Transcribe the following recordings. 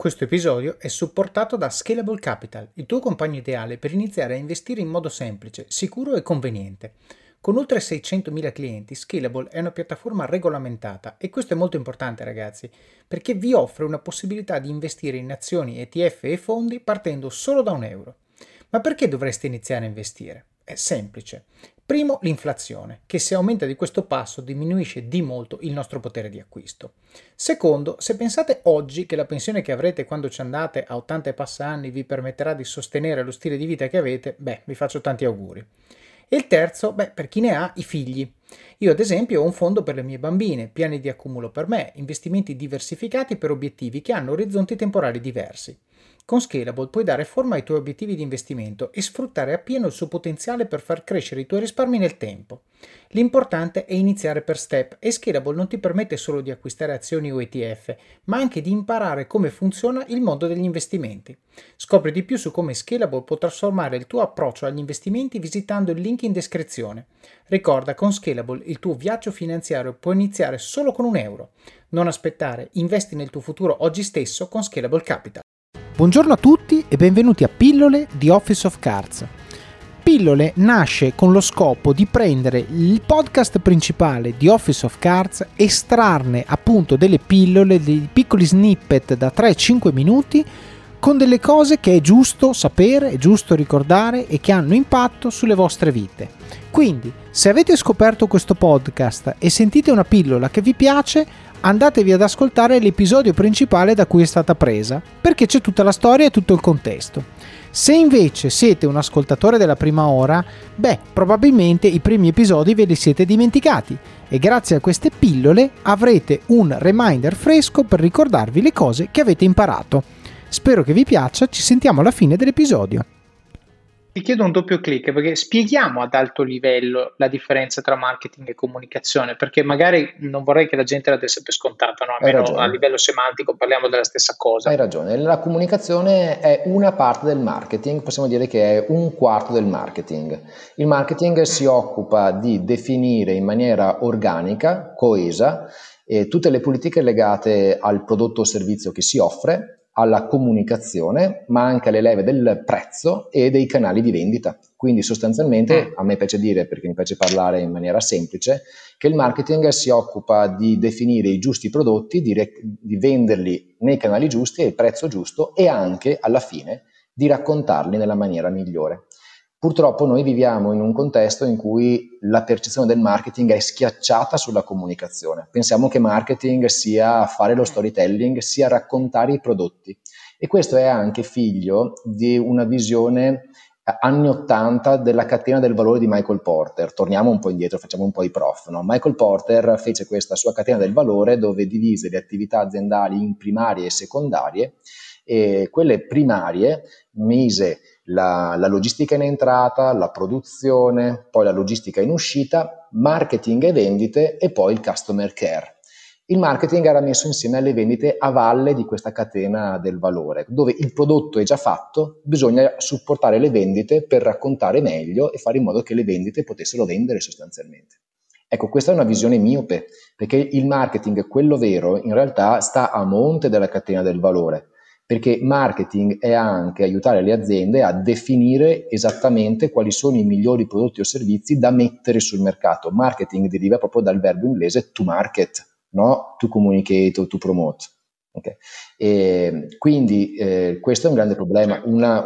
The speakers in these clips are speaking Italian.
Questo episodio è supportato da Scalable Capital, il tuo compagno ideale per iniziare a investire in modo semplice, sicuro e conveniente. Con oltre 600.000 clienti, Scalable è una piattaforma regolamentata e questo è molto importante, ragazzi, perché vi offre una possibilità di investire in azioni, ETF e fondi partendo solo da €1. Ma perché dovreste iniziare a investire? È semplice. Primo, l'inflazione, che se aumenta di questo passo diminuisce di molto il nostro potere di acquisto. Secondo, se pensate oggi che la pensione che avrete quando ci andate a 80 e passa anni vi permetterà di sostenere lo stile di vita che avete, vi faccio tanti auguri. E il terzo, per chi ne ha, i figli. Io ad esempio ho un fondo per le mie bambine, piani di accumulo per me, investimenti diversificati per obiettivi che hanno orizzonti temporali diversi. Con Scalable puoi dare forma ai tuoi obiettivi di investimento e sfruttare appieno il suo potenziale per far crescere i tuoi risparmi nel tempo. L'importante è iniziare per step e Scalable non ti permette solo di acquistare azioni o ETF, ma anche di imparare come funziona il mondo degli investimenti. Scopri di più su come Scalable può trasformare il tuo approccio agli investimenti visitando il link in descrizione. Ricorda, con Scalable il tuo viaggio finanziario può iniziare solo con €1. Non aspettare, investi nel tuo futuro oggi stesso con Scalable Capital. Buongiorno a tutti e benvenuti a Pillole di Office of Cards. Pillole nasce con lo scopo di prendere il podcast principale di Office of Cards, estrarne appunto delle pillole, dei piccoli snippet da 3-5 minuti con delle cose che è giusto sapere, è giusto ricordare e che hanno impatto sulle vostre vite. Quindi, se avete scoperto questo podcast e sentite una pillola che vi piace, andatevi ad ascoltare l'episodio principale da cui è stata presa, perché c'è tutta la storia e tutto il contesto. Se invece siete un ascoltatore della prima ora, probabilmente i primi episodi ve li siete dimenticati e grazie a queste pillole avrete un reminder fresco per ricordarvi le cose che avete imparato. Spero che vi piaccia, ci sentiamo alla fine dell'episodio. Ti chiedo un doppio clic perché spieghiamo ad alto livello la differenza tra marketing e comunicazione, perché magari non vorrei che la gente la desse per scontata, no? Almeno a livello semantico parliamo della stessa cosa. Hai ragione, la comunicazione è una parte del marketing, possiamo dire che è un quarto del marketing. Il marketing si occupa di definire in maniera organica, coesa, tutte le politiche legate al prodotto o servizio che si offre, alla comunicazione, ma anche alle leve del prezzo e dei canali di vendita. Quindi sostanzialmente, a me piace dire, perché mi piace parlare in maniera semplice, che il marketing si occupa di definire i giusti prodotti, di venderli nei canali giusti, al prezzo giusto e anche, alla fine, di raccontarli nella maniera migliore. Purtroppo noi viviamo in un contesto in cui la percezione del marketing è schiacciata sulla comunicazione. Pensiamo che marketing sia fare lo storytelling, sia raccontare i prodotti. E questo è anche figlio di una visione anni 80 della catena del valore di Michael Porter. Torniamo un po' indietro, facciamo un po' i prof, no? Michael Porter fece questa sua catena del valore dove divise le attività aziendali in primarie e secondarie, e quelle primarie mise la logistica in entrata, la produzione, poi la logistica in uscita, marketing e vendite e poi il customer care. Il marketing era messo insieme alle vendite a valle di questa catena del valore, dove il prodotto è già fatto, bisogna supportare le vendite per raccontare meglio e fare in modo che le vendite potessero vendere sostanzialmente. Ecco, questa è una visione miope, perché il marketing, quello vero, in realtà sta a monte della catena del valore, perché marketing è anche aiutare le aziende a definire esattamente quali sono i migliori prodotti o servizi da mettere sul mercato. Marketing deriva proprio dal verbo inglese to market, no? To communicate o to promote. Okay. E quindi questo è un grande problema.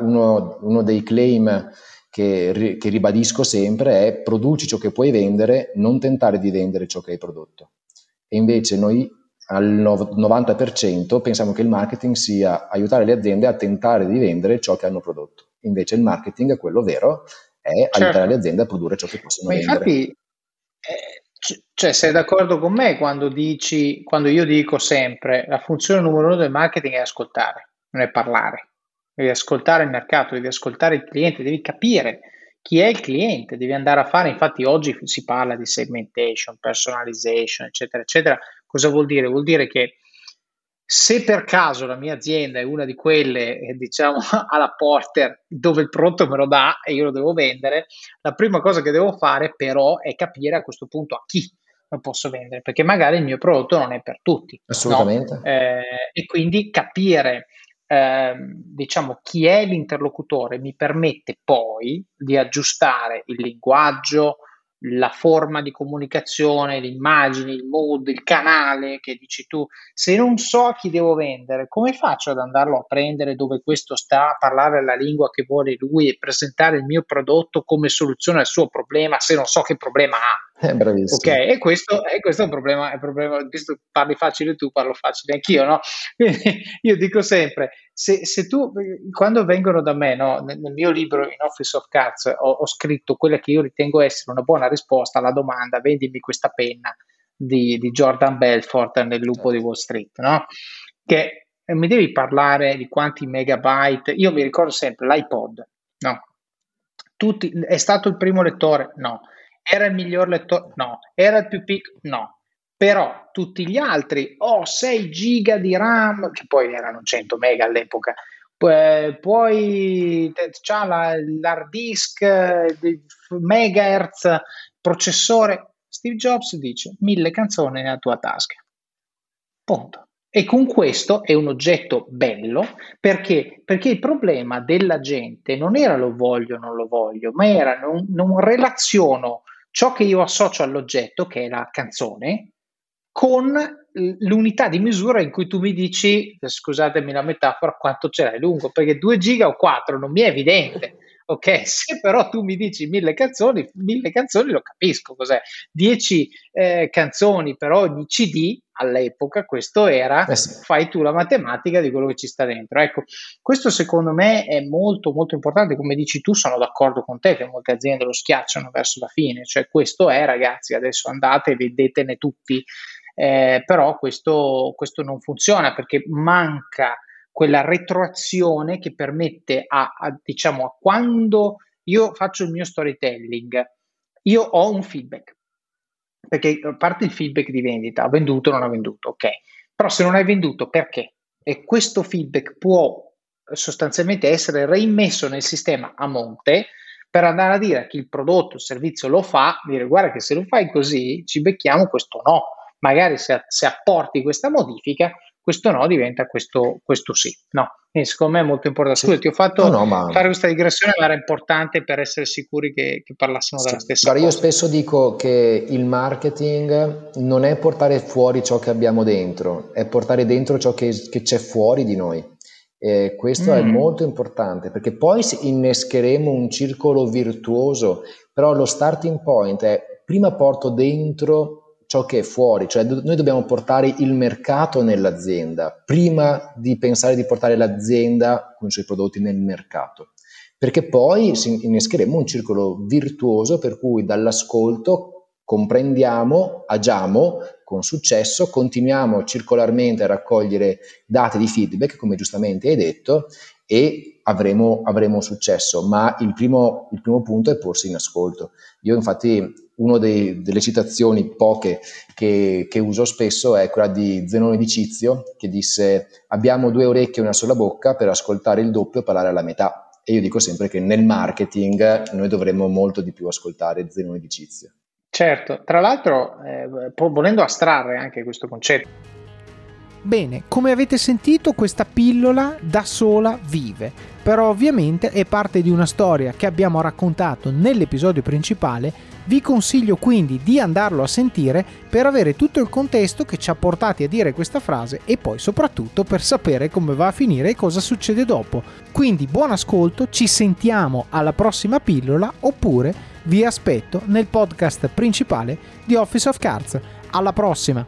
Uno dei claim che ribadisco sempre è: produci ciò che puoi vendere, non tentare di vendere ciò che hai prodotto. E invece noi al 90% pensiamo che il marketing sia aiutare le aziende a tentare di vendere ciò che hanno prodotto. Invece il marketing, quello vero, è aiutare le aziende a produrre ciò che possono vendere. Infatti, sei d'accordo con me quando io dico sempre la funzione numero 1 del marketing è ascoltare, non è parlare. Devi ascoltare il mercato, devi ascoltare il cliente, devi capire chi è il cliente, devi andare a fare, infatti oggi si parla di segmentation, personalization, eccetera, eccetera. Cosa vuol dire? Vuol dire che se per caso la mia azienda è una di quelle, diciamo, alla Porter, dove il prodotto me lo dà e io lo devo vendere, la prima cosa che devo fare però è capire a questo punto a chi lo posso vendere, perché magari il mio prodotto non è per tutti. Assolutamente. No? E quindi capire diciamo, chi è l'interlocutore mi permette poi di aggiustare il linguaggio, la forma di comunicazione, le immagini, il mood, il canale che dici tu. Se non so a chi devo vendere, come faccio ad andarlo a prendere dove questo sta, a parlare la lingua che vuole lui e presentare il mio prodotto come soluzione al suo problema se non so che problema ha? Ok, Bravissimo. e questo è un problema, visto parli facile tu, parlo facile anch'io, no? Quindi io dico sempre, se tu, quando vengono da me, no, nel mio libro In Office of Cards ho scritto quella che io ritengo essere una buona risposta alla domanda: vendimi questa penna di Jordan Belfort nel Lupo di Wall Street, no? Che mi devi parlare di quanti megabyte. Io mi ricordo sempre l'iPod, no? È stato il primo lettore? No. Era il miglior lettore? No. Era il più piccolo? No. Però tutti gli altri, 6 giga di RAM, che poi erano 100 mega all'epoca, poi c'ha l'hard disk di megahertz, processore. Steve Jobs dice 1000 canzoni nella tua tasca. Punto. E con questo è un oggetto bello perché il problema della gente non era lo voglio o non lo voglio, ma era non relaziono ciò che io associo all'oggetto, che è la canzone, con l'unità di misura in cui tu mi dici, scusatemi la metafora, quanto ce l'hai lungo, perché 2 giga o 4 non mi è evidente. Ok, se però tu mi dici 1000 canzoni lo capisco cos'è. 10 canzoni per ogni CD all'epoca, questo era, fai tu la matematica di quello che ci sta dentro. Ecco, questo secondo me è molto molto importante. Come dici tu, sono d'accordo con te che molte aziende lo schiacciano verso la fine, cioè questo è, ragazzi, adesso andate e vedetene tutti, però questo non funziona perché manca quella retroazione che permette diciamo, a quando io faccio il mio storytelling, io ho un feedback, perché a parte il feedback di vendita, ha venduto o non ha venduto, ok, però se non hai venduto, perché? E questo feedback può sostanzialmente essere reimmesso nel sistema a monte per andare a dire a chi il prodotto, il servizio lo fa, dire guarda che se lo fai così ci becchiamo questo no, magari se apporti questa modifica questo no diventa questo sì, no? Quindi secondo me è molto importante. Scusa, ti ho fatto fare questa digressione, ma era importante per essere sicuri che parlassimo della stessa cosa. Io spesso dico che il marketing non è portare fuori ciò che abbiamo dentro, è portare dentro ciò che c'è fuori di noi. E questo è molto importante perché poi innescheremo un circolo virtuoso, però lo starting point è prima porto dentro ciò che è fuori, cioè noi dobbiamo portare il mercato nell'azienda prima di pensare di portare l'azienda con i suoi prodotti nel mercato, perché poi innescheremo un circolo virtuoso per cui dall'ascolto comprendiamo, agiamo con successo, continuiamo circolarmente a raccogliere dati di feedback, come giustamente hai detto, e avremo successo, ma il primo punto è porsi in ascolto. Io infatti delle citazioni poche che uso spesso è quella di Zenone di Cizio, che disse: abbiamo 2 orecchie e una sola bocca per ascoltare il doppio e parlare alla metà. E io dico sempre che nel marketing noi dovremmo molto di più ascoltare Zenone di Cizio. Certo, tra l'altro volendo astrarre anche questo concetto. Bene, come avete sentito, questa pillola da sola vive, però ovviamente è parte di una storia che abbiamo raccontato nell'episodio principale. Vi consiglio quindi di andarlo a sentire per avere tutto il contesto che ci ha portati a dire questa frase e poi soprattutto per sapere come va a finire e cosa succede dopo. Quindi buon ascolto, ci sentiamo alla prossima pillola oppure vi aspetto nel podcast principale di Office of Cards. Alla prossima!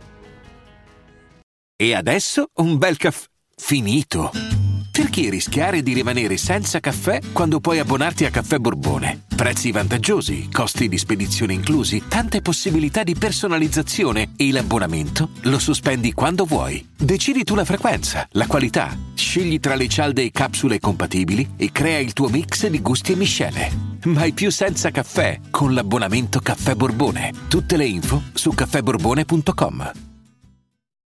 E adesso un bel caffè finito. Perché rischiare di rimanere senza caffè quando puoi abbonarti a Caffè Borbone? Prezzi vantaggiosi, costi di spedizione inclusi, tante possibilità di personalizzazione e l'abbonamento lo sospendi quando vuoi. Decidi tu la frequenza, la qualità, scegli tra le cialde e capsule compatibili e crea il tuo mix di gusti e miscele. Mai più senza caffè con l'abbonamento Caffè Borbone. Tutte le info su caffèborbone.com.